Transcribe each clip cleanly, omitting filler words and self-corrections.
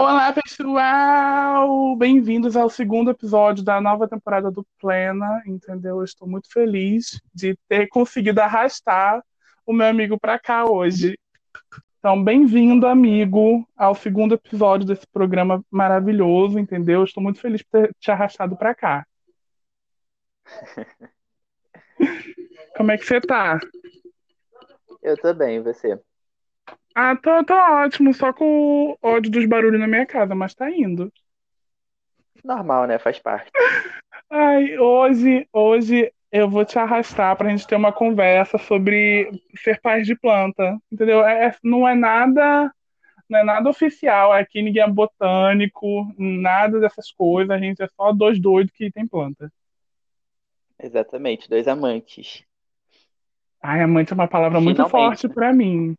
Olá, pessoal! Bem-vindos ao segundo episódio da nova temporada do Plena, entendeu? Eu estou muito feliz de ter conseguido arrastar o meu amigo para cá hoje. Então, bem-vindo, amigo, ao segundo episódio desse programa maravilhoso, entendeu? Eu estou muito feliz por ter te arrastado para cá. Como é que você tá? Eu tô bem, e você? Ah, tô ótimo, só com o ódio dos barulhos na minha casa, mas tá indo. Normal, né? Faz parte. Ai, hoje eu vou te arrastar para a gente ter uma conversa sobre ser pais de planta, entendeu? Não é nada oficial, aqui ninguém é botânico, nada dessas coisas, a gente é só dois doidos que tem planta. Exatamente, dois amantes. Ai, amante é uma palavra muito Finalmente, forte né? para mim.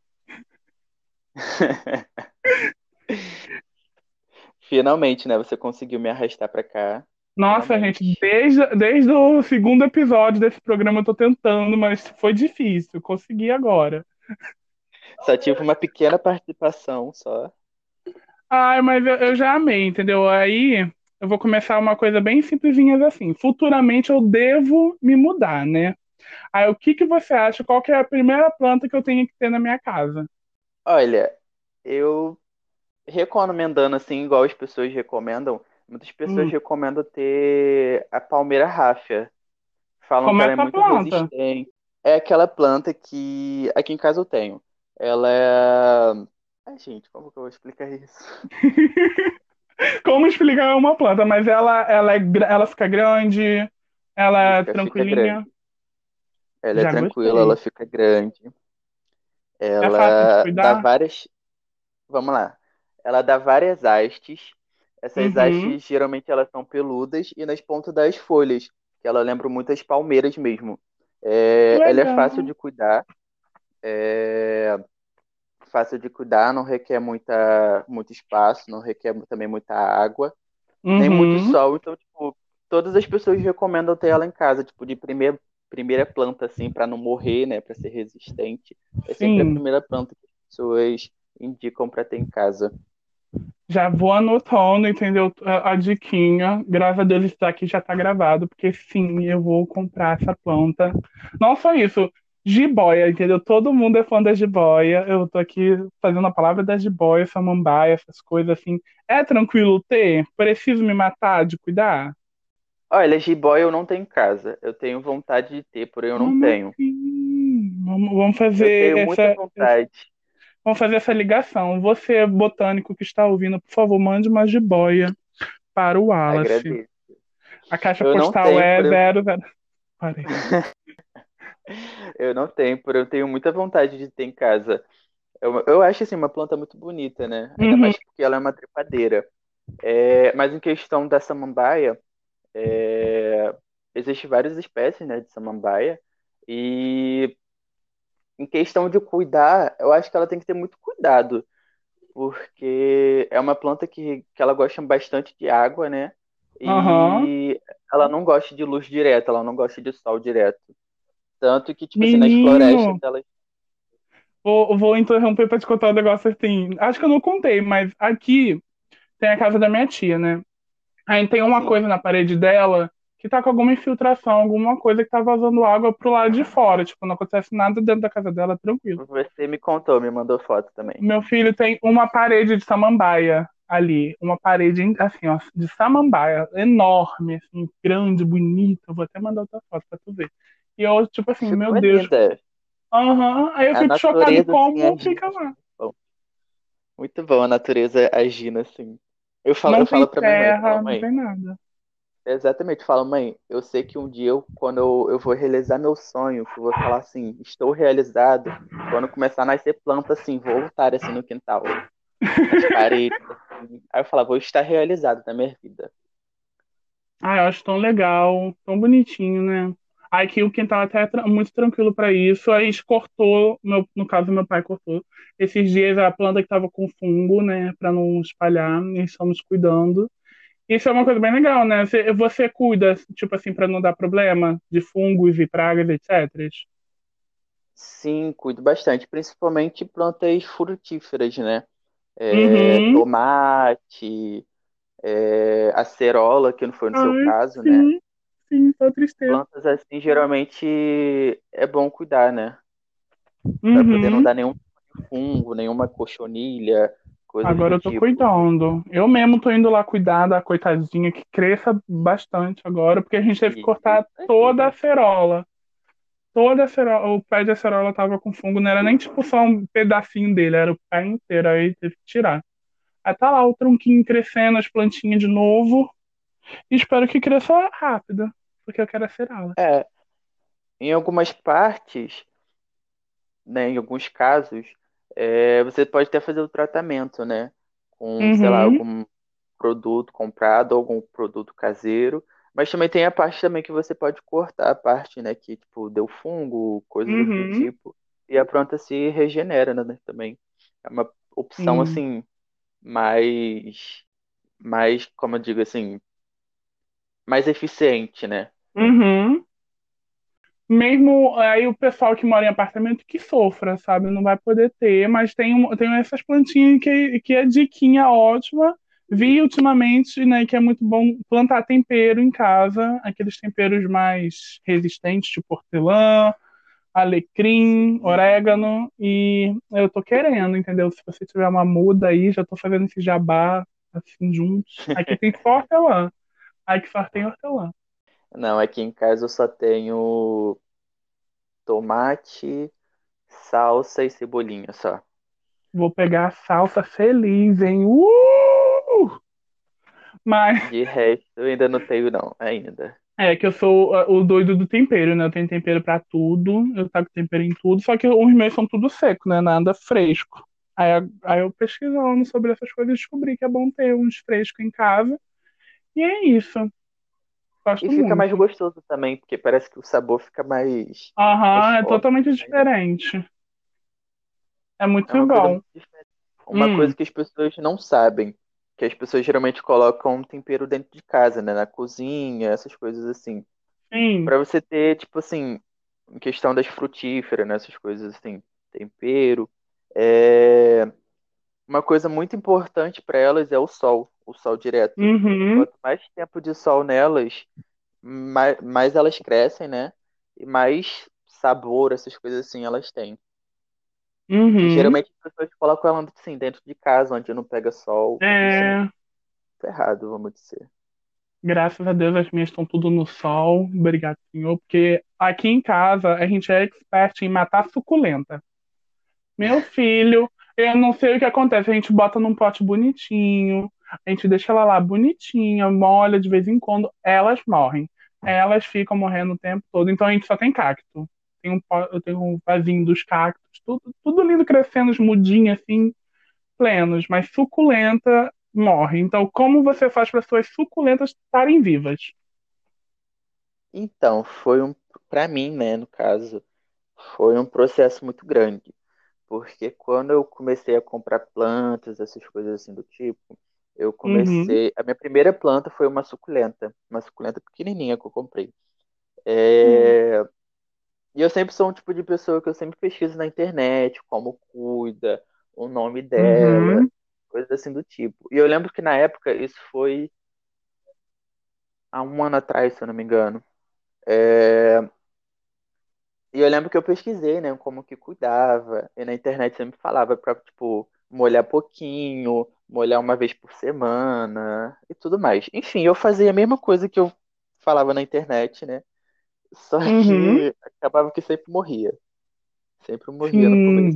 Finalmente, né? Você conseguiu me arrastar pra cá. Nossa, gente, Finalmente. desde o segundo episódio desse programa eu tô tentando, mas foi difícil, consegui agora. Só tive uma pequena participação só. Ai, mas eu já amei, entendeu? Aí eu vou começar uma coisa bem simplesinha assim. Futuramente eu devo me mudar, né? Aí o que que você acha? Qual que é a primeira planta que eu tenho que ter na minha casa? Olha, eu recomendando assim, igual as pessoas recomendam, muitas pessoas Hum, recomendam ter a palmeira ráfia. Falam como que é ela é essa muito planta? resistente. É aquela planta que aqui em casa eu tenho. Ela é. Ai, gente, como que eu vou explicar isso? Como explicar uma planta? Mas ela fica grande, ela é Fica tranquilinha. grande. Ela é Já tranquila, ela gostei. fica grande. É fácil de Ela dá cuidar? várias. Vamos lá. Ela dá várias hastes. Essas Uhum. hastes geralmente elas são peludas e nas pontas das folhas, que ela lembra muito as palmeiras mesmo. Que Ela é fácil legal. de cuidar. É fácil de cuidar, não requer muito espaço, não requer também muita água, nem muito Uhum. sol. Então, tipo, todas as pessoas recomendam ter ela em casa, tipo, de primeira planta, assim, para não morrer, né, para ser resistente. É sempre a Sim. primeira planta que as pessoas indicam para ter em casa. Já vou anotando, entendeu? A diquinha. Graças a Deus isso aqui já tá gravado, porque sim, eu vou comprar essa planta. Não só isso, jiboia, entendeu? Todo mundo é fã da jiboia. Eu tô aqui fazendo a palavra da jiboia, samambaia, essas coisas assim. É tranquilo ter? Preciso me matar de cuidar? Olha, jiboia eu não tenho em casa. Eu tenho vontade de ter, porém eu não Como tenho. assim? Eu tenho muita vontade. Vamos fazer essa ligação. Você, botânico que está ouvindo, por favor, mande uma jiboia para o Wallace. Agradeço. A caixa Eu não postal tenho, é porém eu, 00. Parei. eu não tenho, porém eu tenho muita vontade de ter em casa. Eu acho assim uma planta muito bonita, né? Ainda Uhum. mais porque ela é uma trepadeira. Mas em questão da samambaia, é, existem várias espécies, né, de samambaia. E em questão de cuidar, eu acho que ela tem que ter muito cuidado, porque é uma planta que ela gosta bastante de água, né? Aham. E ela não gosta de luz direta, ela não gosta de sol direto. Tanto que, tipo assim, nas florestas, Menino, ela. vou interromper para te contar um negócio assim. Acho que eu não contei, mas aqui tem a casa da minha tia, né? Aí tem uma Sim, coisa na parede dela que tá com alguma infiltração, alguma coisa que tá vazando água pro lado de fora. Tipo, não acontece nada dentro da casa dela, tranquilo. você me contou, me mandou foto também. Meu filho tem uma parede de samambaia ali, uma parede assim, ó, de samambaia, enorme, assim, grande, bonita. Eu vou até mandar outra foto pra tu ver. E eu, tipo assim, meu Ficou Deus. linda. Aham. Aí eu A fico chocado natureza, assim, como agindo. fica lá. Muito bom a natureza agindo assim. Não Eu tem falo pra minha mãe, eu falo, terra, não mãe, tem nada. exatamente, eu falo, mãe, eu sei que um dia quando eu vou realizar meu sonho, que eu vou falar assim, estou realizado, quando começar a nascer planta assim, voltar assim no quintal, nas paredes, assim. Aí eu falo, vou estar realizado na minha vida. Ah, eu acho tão legal, tão bonitinho, né? Aí que o quintal até é muito tranquilo para isso. Aí a gente cortou, no caso, meu pai cortou. Esses dias a planta que estava com fungo, né, para não espalhar, e estamos cuidando. Isso é uma coisa bem legal, né? Você cuida, tipo assim, para não dar problema de fungos e pragas, etc. Sim, cuido bastante, principalmente plantas frutíferas, né? Uhum. tomate, acerola, que não foi no seu Ai, caso, né? sim, sim, só tristeza. Plantas assim, geralmente é bom cuidar, né? Para poder não Uhum. dar nenhum fungo, nenhuma cochonilha, coisas Agora do eu tô tipo. cuidando. Eu mesmo tô indo lá cuidar da coitadinha que cresça bastante agora, porque a gente teve que E cortar isso toda a aí. acerola. Toda a acerola, o pé de acerola tava com fungo, não era nem tipo só um pedacinho dele, era o pé inteiro, aí teve que tirar. Aí tá lá o tronquinho crescendo, as plantinhas de novo, e espero que cresça rápido, porque eu quero acerola. É, em algumas partes, né, em alguns casos, você pode até fazer o tratamento, né? Com, sei lá, Uhum, algum produto comprado, algum produto caseiro. Mas também tem a parte também que você pode cortar a parte, né? Que, tipo, deu fungo, coisas do uhum, tipo. E a planta se regenera, né? Também. É uma opção, sim. assim, mais, como eu digo assim, mais eficiente, né? Uhum. Mesmo aí o pessoal que mora em apartamento que sofra, sabe? Não vai poder ter, mas tem essas plantinhas que é diquinha ótima. Vi ultimamente, né, que é muito bom plantar tempero em casa, aqueles temperos mais resistentes, tipo hortelã, alecrim, Sim. orégano, e eu tô querendo, entendeu? Se você tiver uma muda aí, já tô fazendo esse jabá assim juntos. Aqui tem só hortelã, aqui só tem hortelã. Não, aqui em casa eu só tenho tomate, salsa e cebolinha só. Vou pegar a salsa feliz, hein? Mas De resto, eu ainda não tenho, não, ainda. é que eu sou o doido do tempero, né? Eu tenho tempero pra tudo, eu taco tempero em tudo, só que os meus são tudo seco, né? Nada fresco. Aí eu pesquisando sobre essas coisas, descobri que é bom ter uns frescos em casa. E é isso. E Gosto fica mais muito. gostoso também, porque parece que o sabor fica mais Aham, é forte totalmente também, né? diferente. É É muito uma coisa bom. muito diferente. Uma Hum, coisa que as pessoas não sabem, que as pessoas geralmente colocam tempero dentro de casa, né? Na cozinha, essas coisas assim. sim. Pra você ter, tipo assim, em questão das frutíferas, né? Essas coisas assim, tempero. É... Uma coisa muito importante para elas é o sol direto. Uhum, Quanto mais tempo de sol nelas, mais elas crescem, né? E mais sabor, essas coisas assim, elas têm. E uhum. geralmente as pessoas colocam ela assim, dentro de casa, onde não pega sol. Mas isso é muito É, errado, vamos dizer. graças a Deus as minhas estão tudo no sol. Obrigado, Senhor. Porque aqui em casa a gente é expert em matar suculenta. Meu filho, eu não sei o que acontece. A gente bota num pote bonitinho, a gente deixa ela lá bonitinha, molha de vez em quando, elas morrem. Elas ficam morrendo o tempo todo. Então a gente só tem cacto. Eu tenho um vasinho dos cactos, tudo lindo crescendo, as mudinhas assim, plenos, mas suculenta morre. Então, como você faz para suas suculentas estarem vivas? Então, para mim, né, no caso, foi um processo muito grande. Porque quando eu comecei a comprar plantas, essas coisas assim do tipo, eu Uhum, comecei. A minha primeira planta foi uma suculenta pequenininha que eu comprei. uhum, E eu sempre sou um tipo de pessoa que eu sempre pesquiso na internet como cuida, o nome dela, uhum, coisas assim do tipo. E eu lembro que na época, isso foi há um ano atrás, se eu não me engano. E eu lembro que eu pesquisei, né, como que cuidava. E na internet sempre falava pra, tipo, molhar pouquinho, molhar uma vez por semana e tudo mais. Enfim, eu fazia a mesma coisa que eu falava na internet, né? Só uhum, que acabava que sempre morria. Sempre morria no começo. sim.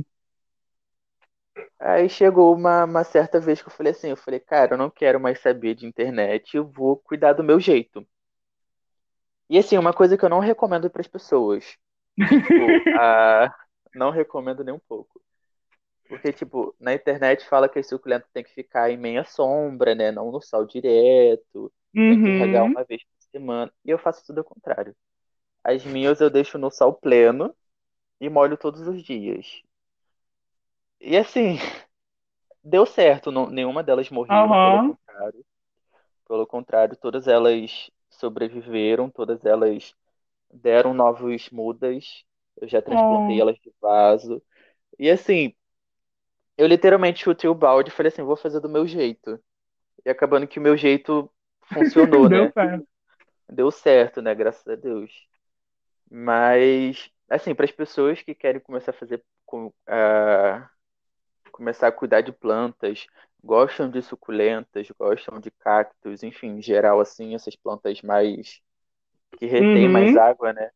Aí chegou uma certa vez que eu falei assim, eu falei, cara, eu não quero mais saber de internet, eu vou cuidar do meu jeito. E assim, uma coisa que eu não recomendo para as pessoas. Tipo, não recomendo nem um pouco. Porque, tipo, na internet fala que as suculentas tem que ficar em meia sombra, né? Não no sol direto. Tem que regar Uhum. uma vez por semana. E eu faço tudo ao contrário. As minhas eu deixo no sol pleno e molho todos os dias. E assim, deu certo. Nenhuma delas morreu, pelo Aham. contrário. Pelo contrário, todas elas sobreviveram, todas elas deram novos mudas. Eu já transplantei Oh. elas de vaso. E assim, eu literalmente chutei o balde e falei assim, vou fazer do meu jeito. E acabando que o meu jeito funcionou, Deu né? certo. Deu certo, né? Graças a Deus. Mas, assim, para as pessoas que querem começar a fazer, começar a cuidar de plantas, gostam de suculentas, gostam de cactos, enfim, em geral, assim, essas plantas mais que retêm mais Uhum, água, né?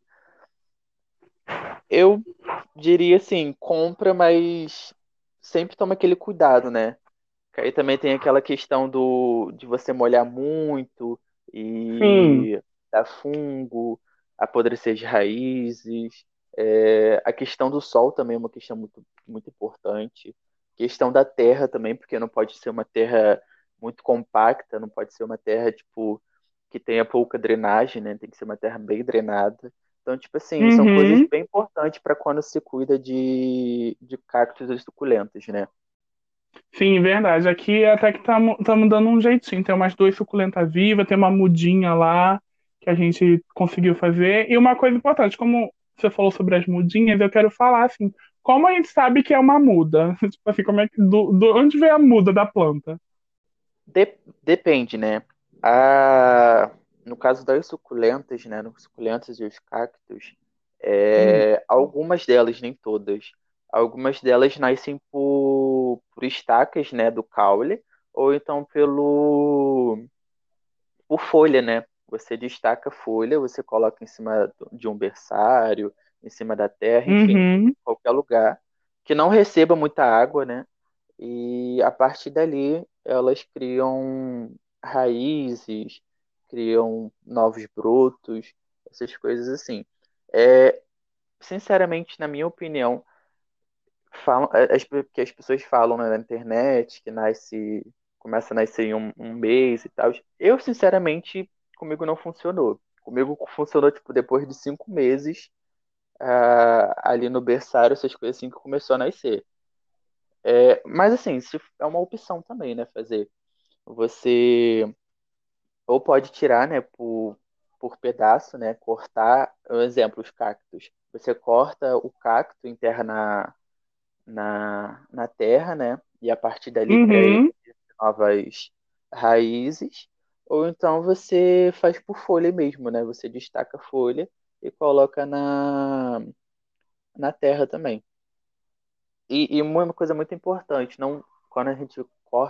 Eu diria assim, compra, mas sempre toma aquele cuidado, né? Que aí também tem aquela questão de você molhar muito sim. e dar fungo, apodrecer as raízes. A questão do sol também é uma questão muito, muito importante. Questão da terra também, porque não pode ser uma terra muito compacta, não pode ser uma terra, tipo, que tenha pouca drenagem, né? Tem que ser uma terra bem drenada. Então, tipo assim, são coisas Uhum. bem importantes para quando se cuida de cactos e suculentas, né? Sim, verdade. Aqui até que tá mudando um jeitinho. Tem umas duas suculentas vivas, tem uma mudinha lá que a gente conseguiu fazer. E uma coisa importante, como você falou sobre as mudinhas, eu quero falar assim, como a gente sabe que é uma muda? Tipo assim, como é que, onde vem a muda da planta? Depende, né? No caso das suculentas, né? Nos suculentas e os cactos, Hum. algumas delas, nem todas, algumas delas nascem por estacas, né? Do caule, ou então por folha, né? Você destaca a folha, você coloca em cima de um berçário, em cima da terra, enfim, Uhum. qualquer lugar que não receba muita água, né? E a partir dali elas criam raízes, criam novos brotos, essas coisas assim. É, sinceramente, na minha opinião, que as pessoas falam, né, na internet que começa a nascer em um mês e tal. Eu, sinceramente, comigo não funcionou. Comigo funcionou tipo depois de 5 meses, ali no berçário, essas coisas assim que começou a nascer. Mas assim, é uma opção também, né, fazer. Você ou pode tirar, né, por pedaço, né, cortar, um exemplo, os cactos. Você corta o cacto, enterra na terra, né, e a partir dali cria Uhum. novas raízes. Ou então você faz por folha mesmo, né? Você destaca a folha e coloca na terra também. E uma coisa muito importante, não, quando a gente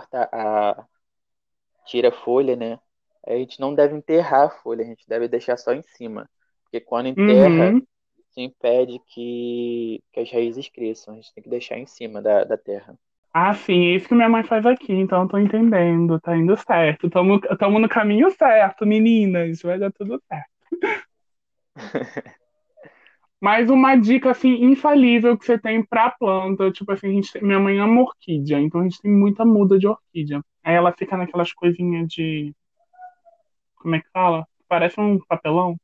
tira a folha, né? A gente não deve enterrar a folha, a gente deve deixar só em cima. Porque quando enterra, Uhum. isso impede que as raízes cresçam. A gente tem que deixar em cima da terra. Ah, sim, é isso que minha mãe faz aqui, então eu tô entendendo, tá indo certo. Tamo no caminho certo, meninas, vai dar tudo certo. Mas uma dica, assim, infalível que você tem pra planta, tipo assim, minha mãe ama orquídea, então a gente tem muita muda de orquídea. Aí ela fica naquelas coisinhas de, como é que fala? Parece um papelão.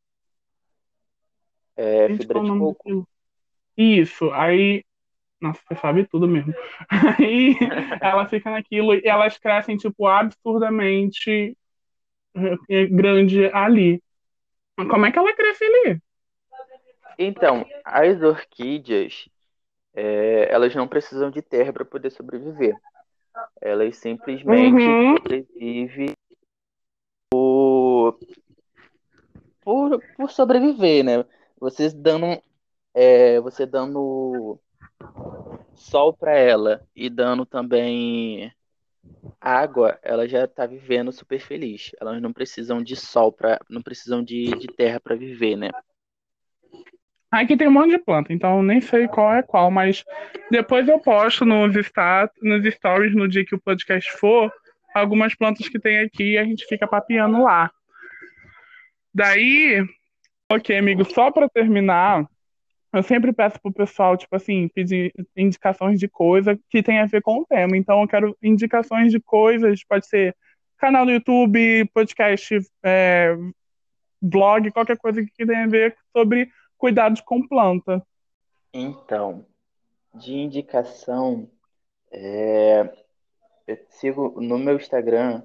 Gente, Fibra qual é o de nome coco. daquilo? Isso, aí, nossa, você sabe tudo mesmo. Aí ela fica naquilo e elas crescem, tipo, absurdamente grande ali. Como é que ela cresce ali? Então, as orquídeas, elas não precisam de terra para poder sobreviver. Elas simplesmente Uhum. sobrevivem por sobreviver, né? Você dando, você dando sol para ela e dando também água, ela já está vivendo super feliz. Elas não precisam de sol não precisam de terra para viver, né? Aqui tem um monte de planta, então eu nem sei qual é qual, mas depois eu posto nos stories no dia que o podcast for, algumas plantas que tem aqui e a gente fica papeando lá. Daí, ok, amigo, só para terminar, eu sempre peço pro pessoal, tipo assim, pedir indicações de coisa que tem a ver com o tema. Então eu quero indicações de coisas, pode ser canal no YouTube, podcast, blog, qualquer coisa que tenha a ver sobre cuidados com planta. Então, de indicação, é, eu sigo no meu Instagram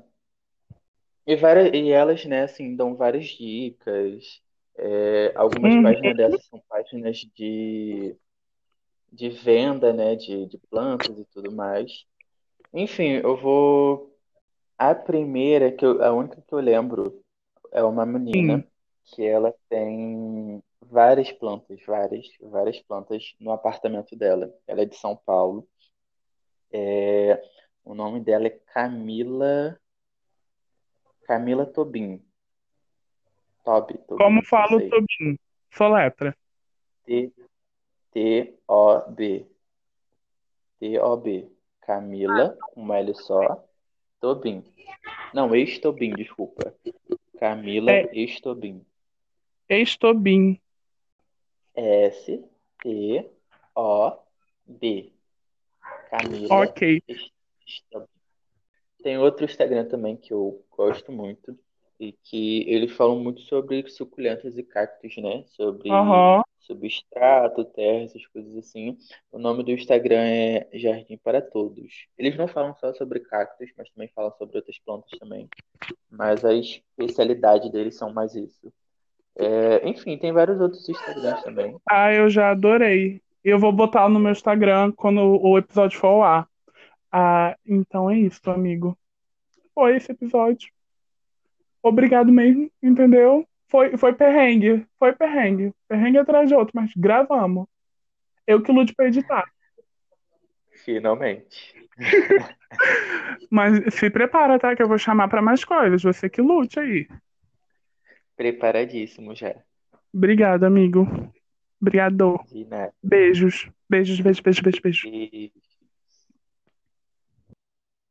e elas, né, assim, dão várias dicas. Algumas Uhum. páginas dessas são páginas de venda, né, de plantas e tudo mais. Enfim, eu vou. A única que eu lembro é uma Sim. menina que ela tem várias plantas, várias plantas no apartamento dela. Ela é de São Paulo. É, o nome dela é Camila Tobin. Como Tobin, não fala o sei. Tobin? Soletra. T-O-B. T-O-B. Camila, com uma L só. Tobin. Não, ex-Tobin, desculpa. Camila É Estobin. Estobin. S-T-O-B. Camila Ok. Estobin. Tem outro Instagram também que eu gosto muito e que eles falam muito sobre suculentas e cactos, né? Sobre Aham. substrato, terra, essas coisas assim. O nome do Instagram é Jardim para Todos. Eles não falam só sobre cactos, mas também falam sobre outras plantas também. Mas a especialidade deles são mais isso. Enfim, tem vários outros Instagrams também. Ah, eu já adorei. Eu vou botar no meu Instagram quando o episódio for ao ar. Ah, então é isso, amigo. Foi esse episódio. Obrigado mesmo, entendeu? Foi perrengue. Foi perrengue. Perrengue atrás de outro, mas gravamos. Eu que lute pra editar. Finalmente. Mas se prepara, tá? Que eu vou chamar pra mais coisas. Você que lute aí. Preparadíssimo já. Obrigado, amigo. Obrigado. De nada. Beijos. Beijos, beijos, beijos, beijos, beijos. E